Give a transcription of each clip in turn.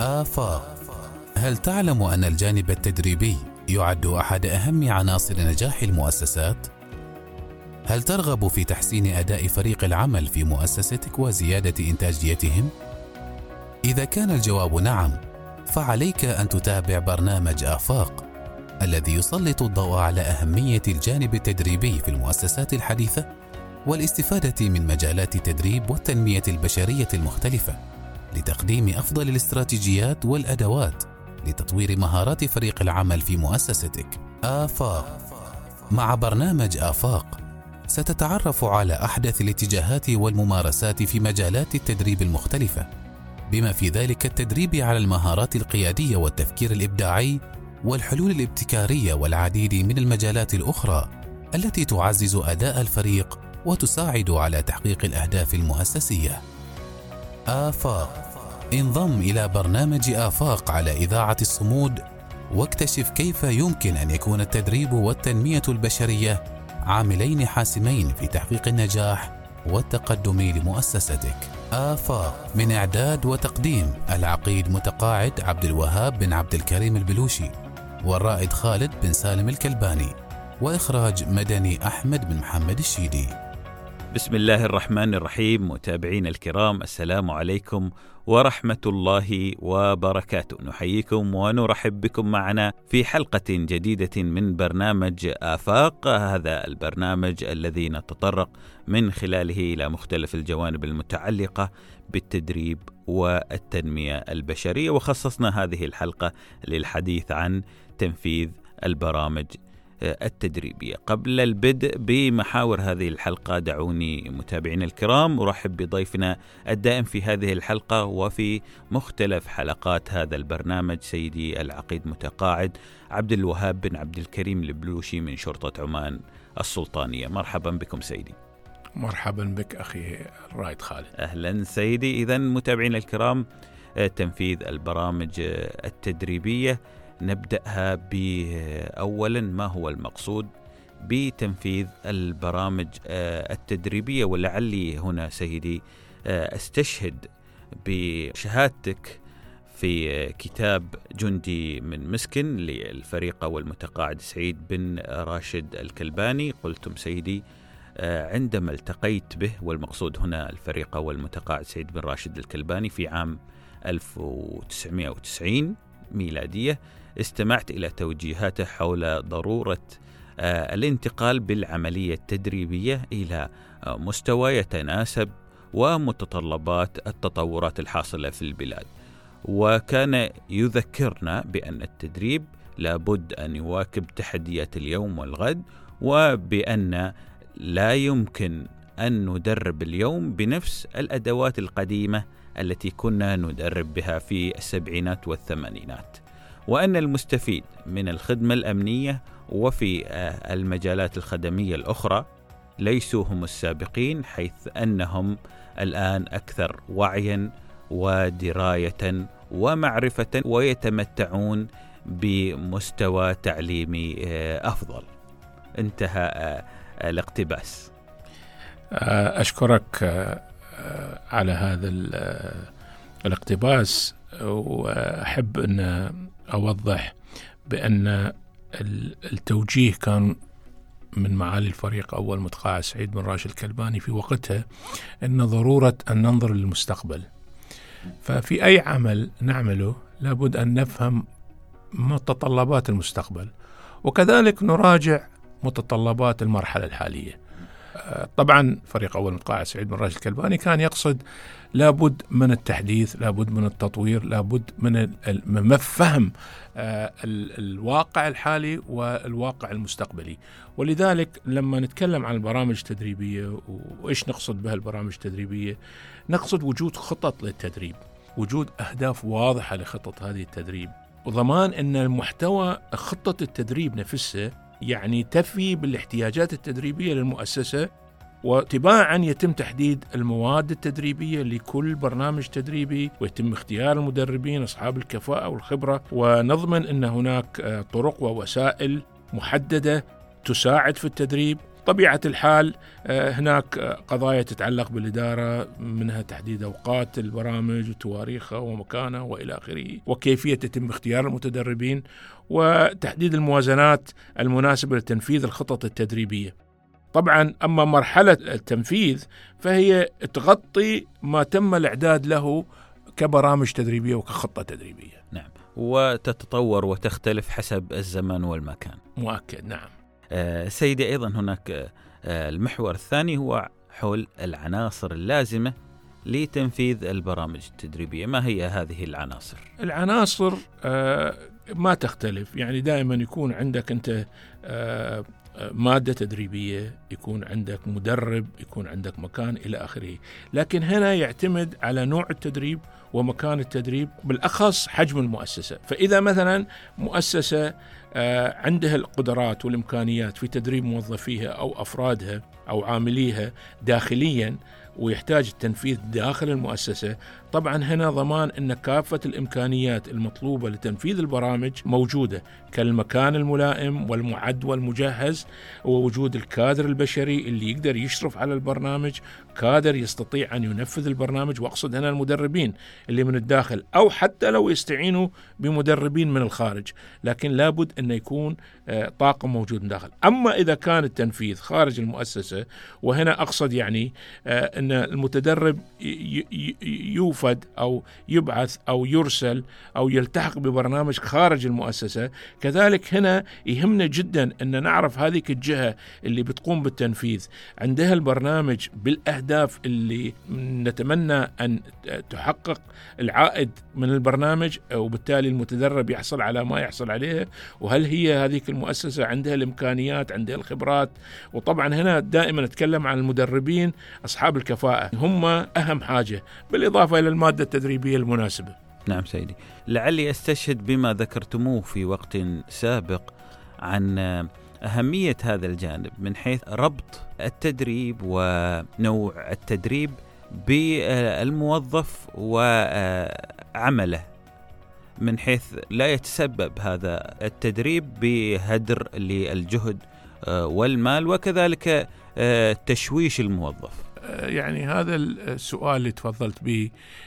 آفاق. هل تعلم أن الجانب التدريبي يعد أحد أهم عناصر نجاح المؤسسات؟ هل ترغب في تحسين أداء فريق العمل في مؤسستك وزيادة إنتاجيتهم؟ إذا كان الجواب نعم، فعليك أن تتابع برنامج آفاق الذي يسلط الضوء على أهمية الجانب التدريبي في المؤسسات الحديثة والاستفادة من مجالات التدريب والتنمية البشرية المختلفة لتقديم أفضل الاستراتيجيات والأدوات لتطوير مهارات فريق العمل في مؤسستك. آفاق. مع برنامج آفاق ستتعرف على أحدث الاتجاهات والممارسات في مجالات التدريب المختلفة، بما في ذلك التدريب على المهارات القيادية والتفكير الإبداعي والحلول الابتكارية والعديد من المجالات الأخرى التي تعزز أداء الفريق وتساعد على تحقيق الأهداف المؤسسية. آفاق. انضم إلى برنامج آفاق على إذاعة الصمود واكتشف كيف يمكن أن يكون التدريب والتنمية البشرية عاملين حاسمين في تحقيق النجاح والتقدم لمؤسستك. آفاق. من إعداد وتقديم العقيد متقاعد عبد الوهاب بن عبد الكريم البلوشي، والرائد خالد بن سالم الكلباني، وإخراج مدني أحمد بن محمد الشيدي. بسم الله الرحمن الرحيم. متابعين الكرام، السلام عليكم ورحمة الله وبركاته. نحييكم ونرحب بكم معنا في حلقة جديدة من برنامج آفاق، هذا البرنامج الذي نتطرق من خلاله إلى مختلف الجوانب المتعلقة بالتدريب والتنمية البشرية، وخصصنا هذه الحلقة للحديث عن تنفيذ البرامج التدريبية. قبل البدء بمحاور هذه الحلقة دعوني متابعين الكرام أرحب بضيفنا الدائم في هذه الحلقة وفي مختلف حلقات هذا البرنامج، سيدي العقيد متقاعد عبد الوهاب بن عبد الكريم البلوشي من شرطة عمان السلطانية. مرحبا بكم سيدي. مرحبا بك أخي الرائد خالد. أهلا سيدي. إذن متابعين الكرام، تنفيذ البرامج التدريبية نبدأها بأولا ما هو المقصود بتنفيذ البرامج التدريبية، ولعلي هنا سيدي أستشهد بشهادتك في كتاب جندي من مسكن للفريق والمتقاعد سعيد بن راشد الكلباني. قلتم سيدي عندما التقيت به، والمقصود هنا الفريق والمتقاعد سعيد بن راشد الكلباني في عام 1990 ميلادية، استمعت إلى توجيهاته حول ضرورة الانتقال بالعملية التدريبية إلى مستوى يتناسب ومتطلبات التطورات الحاصلة في البلاد، وكان يذكرنا بأن التدريب لابد أن يواكب تحديات اليوم والغد، وبأن لا يمكن أن ندرب اليوم بنفس الأدوات القديمة التي كنا ندرب بها في السبعينات والثمانينات، وأن المستفيد من الخدمة الأمنية وفي المجالات الخدمية الأخرى ليسوا هم السابقين، حيث أنهم الآن أكثر وعيا ودراية ومعرفة ويتمتعون بمستوى تعليمي أفضل. انتهى الاقتباس. أشكرك على هذا الاقتباس، وأحب أن أوضح بأن التوجيه كان من معالي الفريق أول متقاعد سعيد بن راشد الكلباني في وقتها أن ضرورة أن ننظر للمستقبل. ففي أي عمل نعمله لابد أن نفهم متطلبات المستقبل، وكذلك نراجع متطلبات المرحلة الحالية. طبعا فريق أول متقاعد سعيد بن راشد الكلباني كان يقصد لابد من التحديث، لابد من التطوير، لابد من فهم الواقع الحالي والواقع المستقبلي. ولذلك لما نتكلم عن البرامج التدريبية وإيش نقصد بها البرامج التدريبية، نقصد وجود خطط للتدريب، وجود أهداف واضحة لخطط هذه التدريب، وضمان أن المحتوى خطة التدريب نفسها يعني تفي بالاحتياجات التدريبية للمؤسسة، وتباعا يتم تحديد المواد التدريبية لكل برنامج تدريبي، ويتم اختيار المدربين أصحاب الكفاءة والخبرة، ونضمن أن هناك طرق ووسائل محددة تساعد في التدريب، طبيعة الحال هناك قضايا تتعلق بالإدارة، منها تحديد أوقات البرامج وتواريخها ومكانها وإلى آخره، وكيفية يتم اختيار المتدربين، وتحديد الموازنات المناسبة لتنفيذ الخطط التدريبية. طبعا أما مرحلة التنفيذ فهي تغطي ما تم الإعداد له كبرامج تدريبية وكخطة تدريبية. نعم، وتتطور وتختلف حسب الزمن والمكان. مؤكد. نعم. سيدي، أيضا هناك المحور الثاني هو حول العناصر اللازمة لتنفيذ البرامج التدريبية. ما هي هذه العناصر؟ العناصر ما تختلف، يعني دائما يكون عندك أنت مادة تدريبية، يكون عندك مدرب، يكون عندك مكان إلى آخره. لكن هنا يعتمد على نوع التدريب ومكان التدريب، بالأخص حجم المؤسسة. فإذا مثلا مؤسسة عندها القدرات والإمكانيات في تدريب موظفيها أو أفرادها أو عامليها داخليا ويحتاج التنفيذ داخل المؤسسة، طبعا هنا ضمان أن كافة الإمكانيات المطلوبة لتنفيذ البرامج موجودة، كالمكان الملائم والمعد والمجهز، ووجود الكادر البشري اللي يقدر يشرف على البرنامج، كادر يستطيع أن ينفذ البرنامج، وأقصد هنا المدربين اللي من الداخل، أو حتى لو يستعينوا بمدربين من الخارج، لكن لابد أن يكون طاقم موجود من داخل. أما إذا كان التنفيذ خارج المؤسسة، وهنا أقصد يعني أن المتدرب يوفد أو يبعث أو يرسل أو يلتحق ببرنامج خارج المؤسسة، كذلك هنا يهمنا جدا أن نعرف هذه الجهة اللي بتقوم بالتنفيذ عندها البرنامج بالأهداف اللي نتمنى أن تحقق العائد من البرنامج، وبالتالي المتدرب يحصل على ما يحصل عليه، وهل هي هذه المؤسسة عندها الإمكانيات، عندها الخبرات. وطبعا هنا دائما نتكلم عن المدربين أصحاب الكفاءة، هم أهم حاجة، بالإضافة إلى المادة التدريبية المناسبة. نعم سيدي، لعلي أستشهد بما ذكرتموه في وقت سابق عن أهمية هذا الجانب من حيث ربط التدريب ونوع التدريب بالموظف وعمله، من حيث لا يتسبب هذا التدريب بهدر للجهد والمال، وكذلك تشويش الموظف. يعني هذا السؤال اللي تفضلت به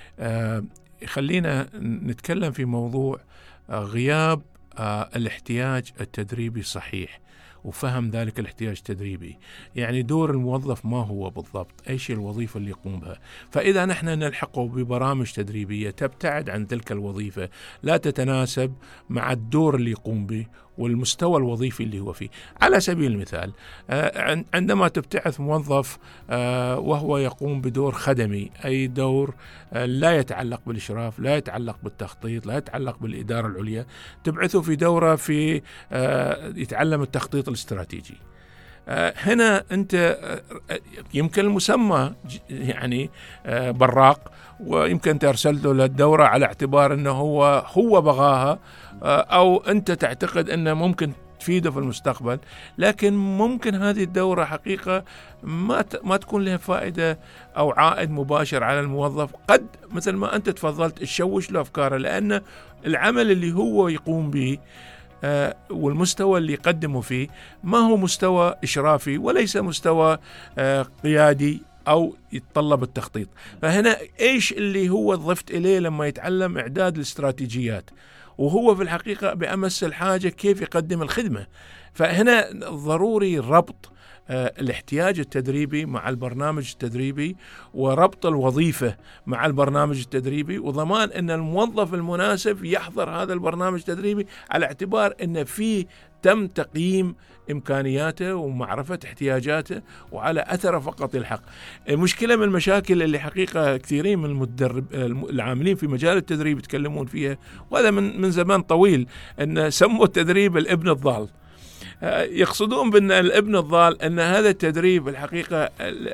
خلينا نتكلم في موضوع غياب الاحتياج التدريبي صحيح وفهم ذلك الاحتياج التدريبي. يعني دور الموظف ما هو بالضبط، أيش الوظيفة اللي يقوم بها. فإذا نحن نلحقه ببرامج تدريبية تبتعد عن تلك الوظيفة، لا تتناسب مع الدور اللي يقوم به والمستوى الوظيفي اللي هو فيه. على سبيل المثال، عندما تبتعث موظف وهو يقوم بدور خدمي، أي دور لا يتعلق بالإشراف، لا يتعلق بالتخطيط، لا يتعلق بالإدارة العليا، تبعثه في دورة في يتعلم التخطيط الاستراتيجي. هنا أنت يمكن المسمى يعني براق، ويمكن ترسله للدورة على اعتبار أنه هو بغاها، أو أنت تعتقد أنه ممكن تفيده في المستقبل، لكن ممكن هذه الدورة حقيقة ما تكون لها فائدة أو عائد مباشر على الموظف، قد مثل ما أنت تفضلت تشوش له أفكاره، لأن العمل اللي هو يقوم به والمستوى اللي يقدمه فيه ما هو مستوى إشرافي وليس مستوى قيادي أو يتطلب التخطيط. فهنا إيش اللي هو ضفت إليه لما يتعلم إعداد الاستراتيجيات، وهو في الحقيقة بأمس الحاجة كيف يقدم الخدمة. فهنا ضروري ربط الاحتياج التدريبي مع البرنامج التدريبي، وربط الوظيفة مع البرنامج التدريبي، وضمان أن الموظف المناسب يحضر هذا البرنامج التدريبي على اعتبار أن فيه تم تقييم إمكانياته ومعرفة احتياجاته وعلى أثره فقط يلحق. المشكلة من المشاكل اللي حقيقة كثيرين من العاملين في مجال التدريب يتكلمون فيها، وهذا من زمان طويل، أن سموا التدريب الابن الضال. يقصدون بأن الابن الضال أن هذا التدريب الحقيقة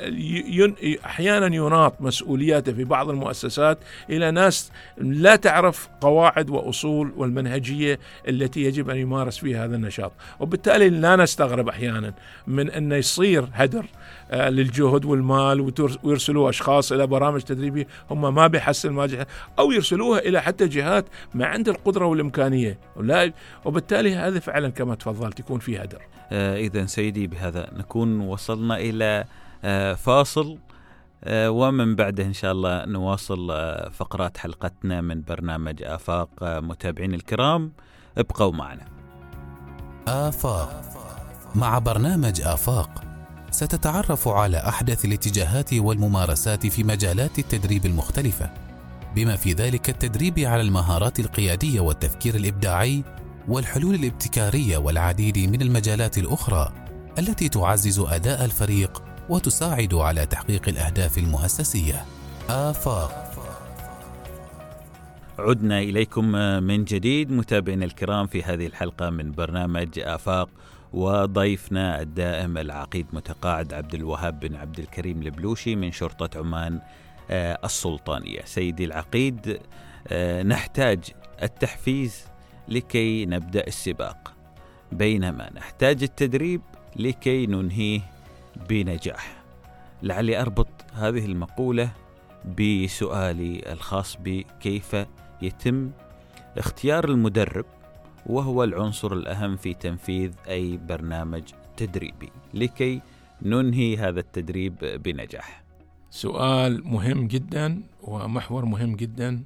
أحيانا يناط مسؤولياته في بعض المؤسسات إلى ناس لا تعرف قواعد وأصول والمنهجية التي يجب أن يمارس فيها هذا النشاط، وبالتالي لا نستغرب أحيانا من أن يصير هدر للجهد والمال، ويرسلوا أشخاص إلى برامج تدريبية هم ما بيحسن ما، أو يرسلوها إلى حتى جهات ما عند القدرة والإمكانية، وبالتالي هذا فعلا كما تفضلت يكون في فيها در. إذن سيدي بهذا نكون وصلنا إلى فاصل، ومن بعده إن شاء الله نواصل فقرات حلقتنا من برنامج آفاق. متابعين الكرام ابقوا معنا. آفاق. مع برنامج آفاق ستتعرف على أحدث الاتجاهات والممارسات في مجالات التدريب المختلفة، بما في ذلك التدريب على المهارات القيادية والتفكير الإبداعي والحلول الابتكارية والعديد من المجالات الأخرى التي تعزز أداء الفريق وتساعد على تحقيق الأهداف المؤسسية. آفاق. عدنا إليكم من جديد متابعينا الكرام في هذه الحلقة من برنامج آفاق، وضيفنا الدائم العقيد متقاعد عبد الوهاب بن عبد الكريم البلوشي من شرطة عمان السلطانية. سيدي العقيد، نحتاج التحفيز لكي نبدأ السباق، بينما نحتاج التدريب لكي ننهيه بنجاح. لعلي أربط هذه المقولة بسؤالي الخاص بكيف يتم اختيار المدرب، وهو العنصر الأهم في تنفيذ أي برنامج تدريبي، لكي ننهي هذا التدريب بنجاح. سؤال مهم جدا ومحور مهم جدا،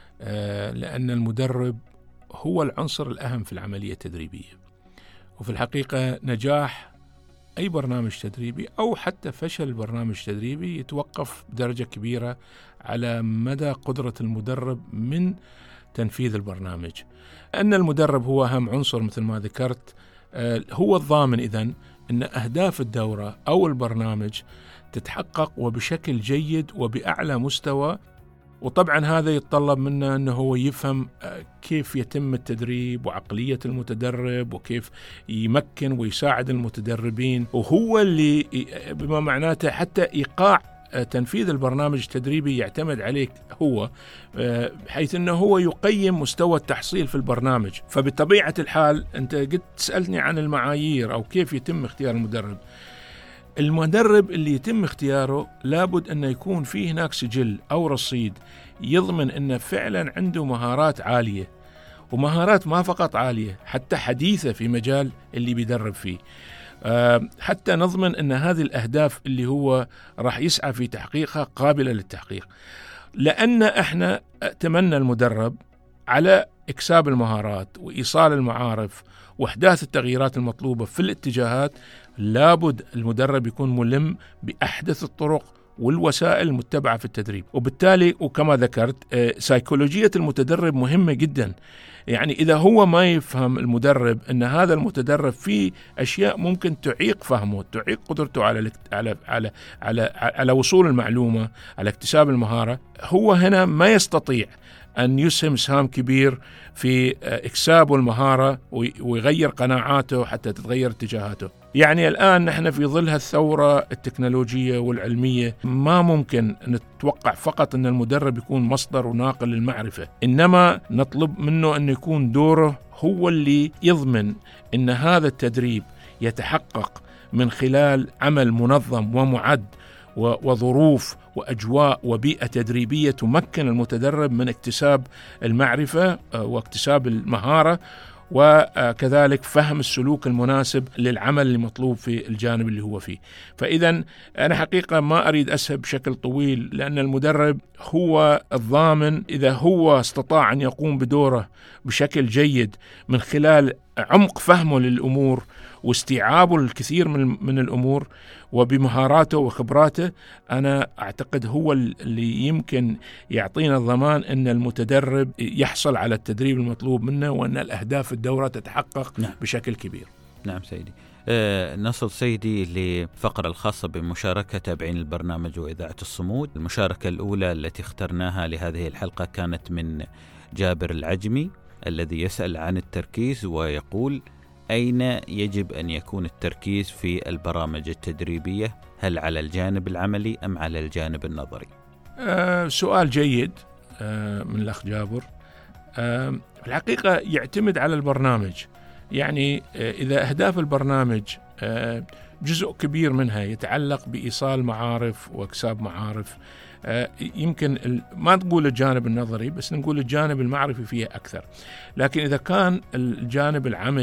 لأن المدرب هو العنصر الأهم في العملية التدريبية. وفي الحقيقة نجاح أي برنامج تدريبي أو حتى فشل برنامج تدريبي يتوقف بدرجة كبيرة على مدى قدرة المدرب من تنفيذ البرنامج. أن المدرب هو أهم عنصر مثل ما ذكرت، هو الضامن إذن أن أهداف الدورة أو البرنامج تتحقق وبشكل جيد وبأعلى مستوى. وطبعا هذا يتطلب منا أنه هو يفهم كيف يتم التدريب وعقلية المتدرب وكيف يمكن ويساعد المتدربين، وهو اللي بما معناته حتى إيقاع تنفيذ البرنامج التدريبي يعتمد عليك هو، بحيث أنه هو يقيم مستوى التحصيل في البرنامج. فبطبيعة الحال أنت قد تسألني عن المعايير أو كيف يتم اختيار المدرب. المدرب اللي يتم اختياره لابد أن يكون فيه هناك سجل أو رصيد يضمن أنه فعلا عنده مهارات عالية، ومهارات ما فقط عالية حتى حديثة في مجال اللي بيدرب فيه، حتى نضمن أن هذه الأهداف اللي هو راح يسعى في تحقيقها قابلة للتحقيق. لأن احنا اتمنى المدرب على إكساب المهارات وإيصال المعارف وإحداث التغييرات المطلوبة في الاتجاهات، لابد المدرب يكون ملم بأحدث الطرق والوسائل المتبعة في التدريب. وبالتالي وكما ذكرت سيكولوجية المتدرب مهمة جدا. يعني إذا هو ما يفهم المدرب أن هذا المتدرب فيه أشياء ممكن تعيق فهمه، تعيق قدرته على وصول المعلومة، على اكتساب المهارة، هو هنا ما يستطيع أن يسهم سهام كبير في إكساب المهارة ويغير قناعاته حتى تتغير اتجاهاته. يعني الآن نحن في ظل الثورة التكنولوجية والعلمية ما ممكن نتوقع فقط أن المدرب يكون مصدر وناقل للمعرفة، إنما نطلب منه أن يكون دوره هو اللي يضمن أن هذا التدريب يتحقق من خلال عمل منظم ومعد وظروف وأجواء وبيئة تدريبية تمكن المتدرب من اكتساب المعرفة واكتساب المهارة، وكذلك فهم السلوك المناسب للعمل المطلوب في الجانب اللي هو فيه. فإذا أنا حقيقة ما أريد أسهب بشكل طويل، لأن المدرب هو الضامن إذا هو استطاع أن يقوم بدوره بشكل جيد من خلال عمق فهمه للأمور واستيعابه الكثير من الأمور وبمهاراته وخبراته. أنا أعتقد هو اللي يمكن يعطينا الضمان أن المتدرب يحصل على التدريب المطلوب منه وأن الأهداف الدورة تتحقق بشكل كبير. نعم سيدي. نصل سيدي للفقرة الخاصة بمشاركة تابعين البرنامج وإذاعة الصمود. المشاركة الأولى التي اخترناها لهذه الحلقة كانت من جابر العجمي الذي يسأل عن التركيز ويقول: أين يجب أن يكون التركيز في البرامج التدريبية؟ هل على الجانب العملي أم على الجانب النظري؟ سؤال جيد من الأخ جابر. الحقيقة يعتمد على البرنامج. يعني إذا أهداف البرنامج جزء كبير منها يتعلق بإيصال معارف واكساب معارف، يمكن ما تقول الجانب النظري، بس نقول الجانب المعرفي فيها أكثر. لكن إذا كان الجانب العملي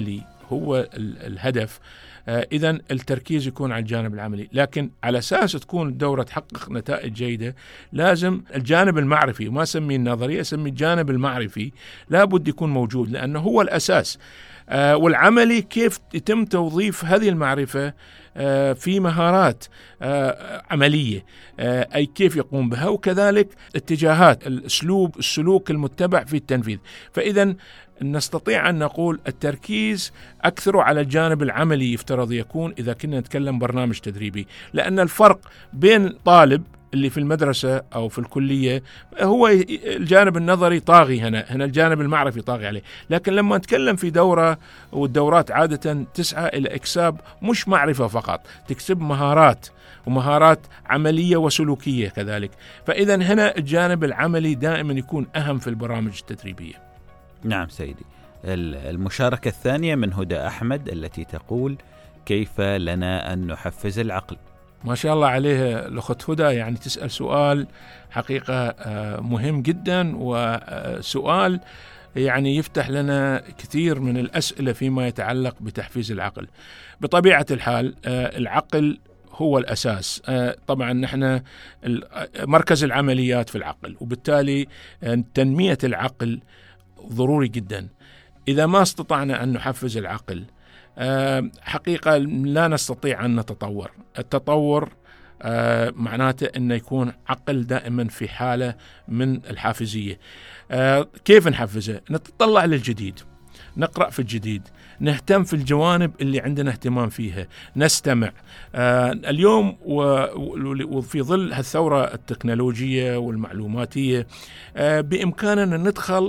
هو الهدف، إذن التركيز يكون على الجانب العملي. لكن على أساس تكون الدورة تحقق نتائج جيدة لازم الجانب المعرفي، وما أسميه النظري، أسميه الجانب المعرفي، لابد يكون موجود لأنه هو الأساس. والعملي كيف يتم توظيف هذه المعرفة في مهارات عملية، أي كيف يقوم بها، وكذلك اتجاهات الأسلوب السلوك المتبع في التنفيذ. فإذا نستطيع أن نقول التركيز أكثر على الجانب العملي يفترض يكون إذا كنا نتكلم برنامج تدريبي، لأن الفرق بين طالب اللي في المدرسة أو في الكلية هو الجانب النظري طاغي، هنا الجانب المعرفي طاغي عليه. لكن لما نتكلم في دورة، والدورات عادة تسعى إلى إكساب مش معرفة فقط، تكسب مهارات، ومهارات عملية وسلوكية كذلك. فإذا هنا الجانب العملي دائما يكون أهم في البرامج التدريبية. نعم سيدي. المشاركة الثانية من هدى أحمد التي تقول: كيف لنا أن نحفز العقل؟ ما شاء الله عليها الأخت هدى، يعني تسأل سؤال حقيقة مهم جدا، وسؤال يعني يفتح لنا كثير من الأسئلة فيما يتعلق بتحفيز العقل. بطبيعة الحال العقل هو الأساس. طبعا نحن مركز العمليات في العقل، وبالتالي تنمية العقل ضروري جدا. إذا ما استطعنا أن نحفز العقل حقيقة لا نستطيع أن نتطور. التطور معناته أن يكون عقل دائما في حالة من الحافزية. كيف نحفزه؟ نتطلع للجديد، نقرأ في الجديد، نهتم في الجوانب اللي عندنا اهتمام فيها، نستمع. اليوم وفي ظل الثورة التكنولوجية والمعلوماتية بإمكاننا ندخل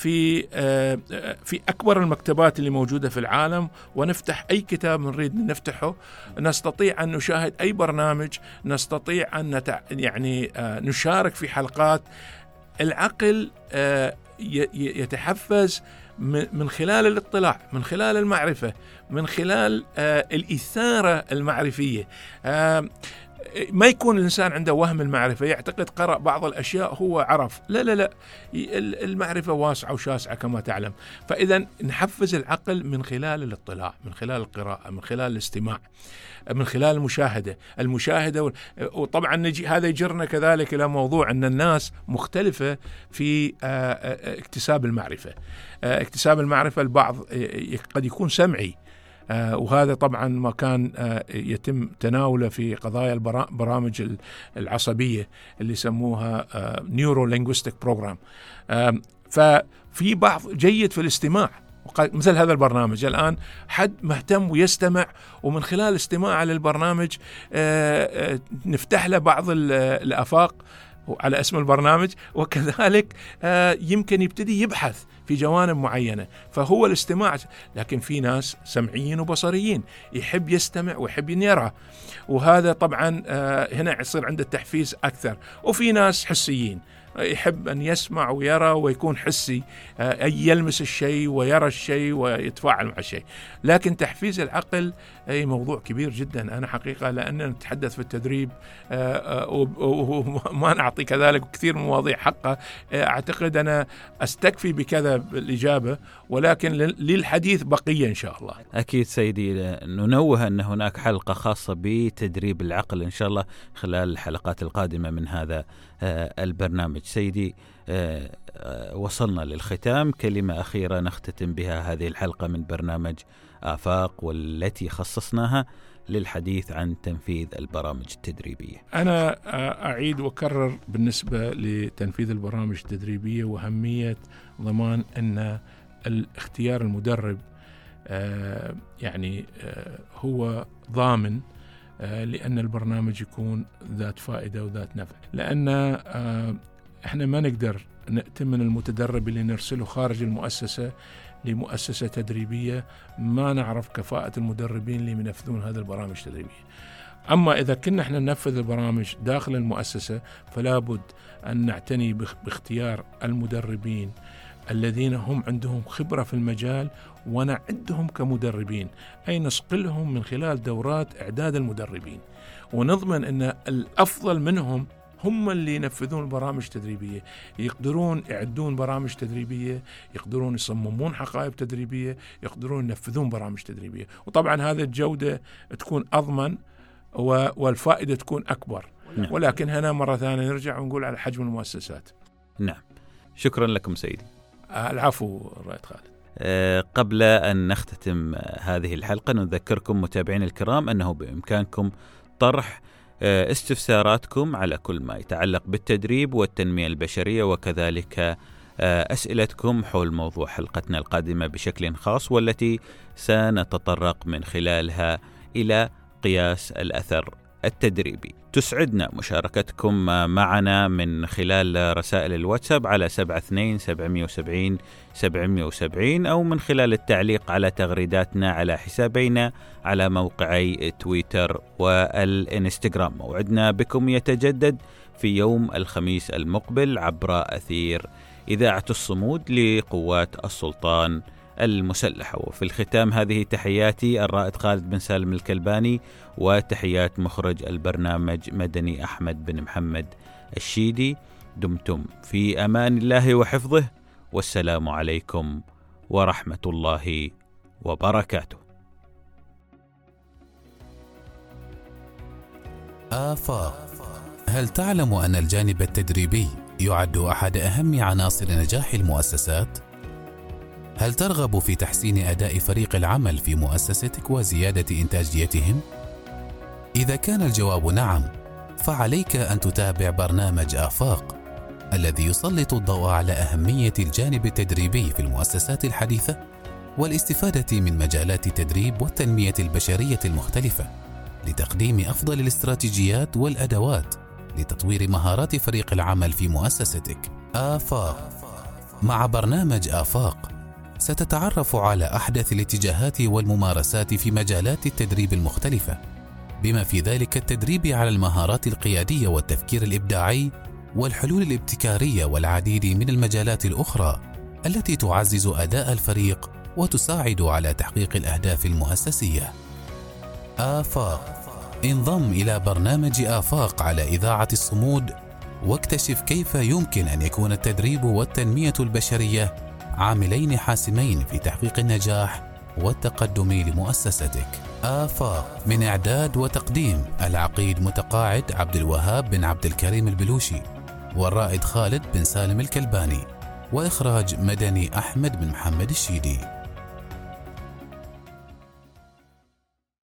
في أكبر المكتبات اللي موجودة في العالم ونفتح أي كتاب نريد نفتحه، نستطيع أن نشاهد أي برنامج، نستطيع أن نشارك في حلقات. العقل يتحفز من خلال الاطلاع، من خلال المعرفة، من خلال الإثارة المعرفية. ما يكون الإنسان عنده وهم المعرفة، يعتقد قرأ بعض الأشياء هو عرف. لا، المعرفة واسعة وشاسعة كما تعلم. فإذا نحفز العقل من خلال الاطلاع، من خلال القراءة، من خلال الاستماع، من خلال المشاهدة. وطبعا هذا يجرنا كذلك إلى موضوع أن الناس مختلفة في اكتساب المعرفة. اكتساب المعرفة البعض قد يكون سمعي، وهذا طبعا ما كان يتم تناوله في قضايا البرامج العصبية اللي يسموها Neuro-Linguistic Program. ففي بعض جيد في الاستماع، مثل هذا البرنامج الآن حد مهتم ويستمع، ومن خلال استماعه للبرنامج نفتح له بعض الآفاق على اسم البرنامج، وكذلك يمكن يبتدي يبحث في جوانب معينة. فهو الاستماع. لكن في ناس سمعيين وبصريين، يحب يستمع ويحب يرى، وهذا طبعا هنا يصير عنده التحفيز أكثر. وفي ناس حسيين، يحب أن يسمع ويرى ويكون حسي، يلمس الشيء ويرى الشيء ويتفاعل مع الشيء. لكن تحفيز العقل أي موضوع كبير جدا. أنا حقيقة لأننا نتحدث في التدريب وما نعطي كذلك كثير من مواضيع حقه، أعتقد أنا أستكفي بكذا الإجابة، ولكن للحديث بقية إن شاء الله. أكيد سيدي، ننوه أن هناك حلقة خاصة بتدريب العقل إن شاء الله خلال الحلقات القادمة من هذا البرنامج. سيدي، وصلنا للختام. كلمة أخيرة نختتم بها هذه الحلقة من برنامج آفاق، والتي خصصناها للحديث عن تنفيذ البرامج التدريبية. أنا أعيد وأكرر بالنسبة لتنفيذ البرامج التدريبية وأهمية ضمان أن الاختيار المدرب هو ضامن لأن البرنامج يكون ذات فائدة وذات نفع. لأن إحنا ما نقدر نأتمن المتدرب اللي نرسله خارج المؤسسة لمؤسسة تدريبية ما نعرف كفاءة المدربين اللي ينفذون هذه البرامج التدريبية. أما إذا كنا إحنا ننفذ البرامج داخل المؤسسة فلا بد أن نعتني باختيار المدربين الذين هم عندهم خبرة في المجال ونعدهم كمدربين، أي نصقلهم من خلال دورات إعداد المدربين، ونضمن أن الأفضل منهم هم اللي ينفذون البرامج التدريبية، يقدرون يعدون برامج تدريبية، يقدرون يصممون حقائب تدريبية، يقدرون ينفذون برامج تدريبية. وطبعا هذا الجودة تكون أضمن والفائدة تكون أكبر. نعم. ولكن هنا مرة ثانية نرجع ونقول على حجم المؤسسات. نعم، شكرا لكم سيدي. العفو رائد خالد. قبل أن نختتم هذه الحلقة نذكركم متابعين الكرام أنه بإمكانكم طرح استفساراتكم على كل ما يتعلق بالتدريب والتنمية البشرية، وكذلك أسئلتكم حول موضوع حلقتنا القادمة بشكل خاص، والتي سنتطرق من خلالها إلى قياس الأثر التدريبي. تسعدنا مشاركتكم معنا من خلال رسائل الواتساب على 72-770-770 أو من خلال التعليق على تغريداتنا على حسابينا على موقعي تويتر والإنستغرام. موعدنا بكم يتجدد في يوم الخميس المقبل عبر أثير إذاعة الصمود لقوات السلطان المسلحة. وفي الختام هذه تحياتي الرائد خالد بن سالم الكلباني، وتحيات مخرج البرنامج مدني أحمد بن محمد الشيدي. دمتم في أمان الله وحفظه، والسلام عليكم ورحمة الله وبركاته. آفاق. هل تعلم أن الجانب التدريبي يعد أحد أهم عناصر نجاح المؤسسات؟ هل ترغب في تحسين أداء فريق العمل في مؤسستك وزيادة إنتاجيتهم؟ إذا كان الجواب نعم، فعليك أن تتابع برنامج آفاق الذي يسلط الضوء على أهمية الجانب التدريبي في المؤسسات الحديثة والاستفادة من مجالات التدريب والتنمية البشرية المختلفة لتقديم أفضل الاستراتيجيات والأدوات لتطوير مهارات فريق العمل في مؤسستك. آفاق. مع برنامج آفاق ستتعرف على أحدث الاتجاهات والممارسات في مجالات التدريب المختلفة، بما في ذلك التدريب على المهارات القيادية والتفكير الإبداعي والحلول الابتكارية والعديد من المجالات الأخرى التي تعزز أداء الفريق وتساعد على تحقيق الأهداف المؤسسية. آفاق. انضم إلى برنامج آفاق على إذاعة الصمود واكتشف كيف يمكن أن يكون التدريب والتنمية البشرية عاملين حاسمين في تحقيق النجاح والتقدم لمؤسستك. آفاق. من إعداد وتقديم العقيد متقاعد عبد الوهاب بن عبد الكريم البلوشي والرائد خالد بن سالم الكلباني، وإخراج مدني أحمد بن محمد الشيدي.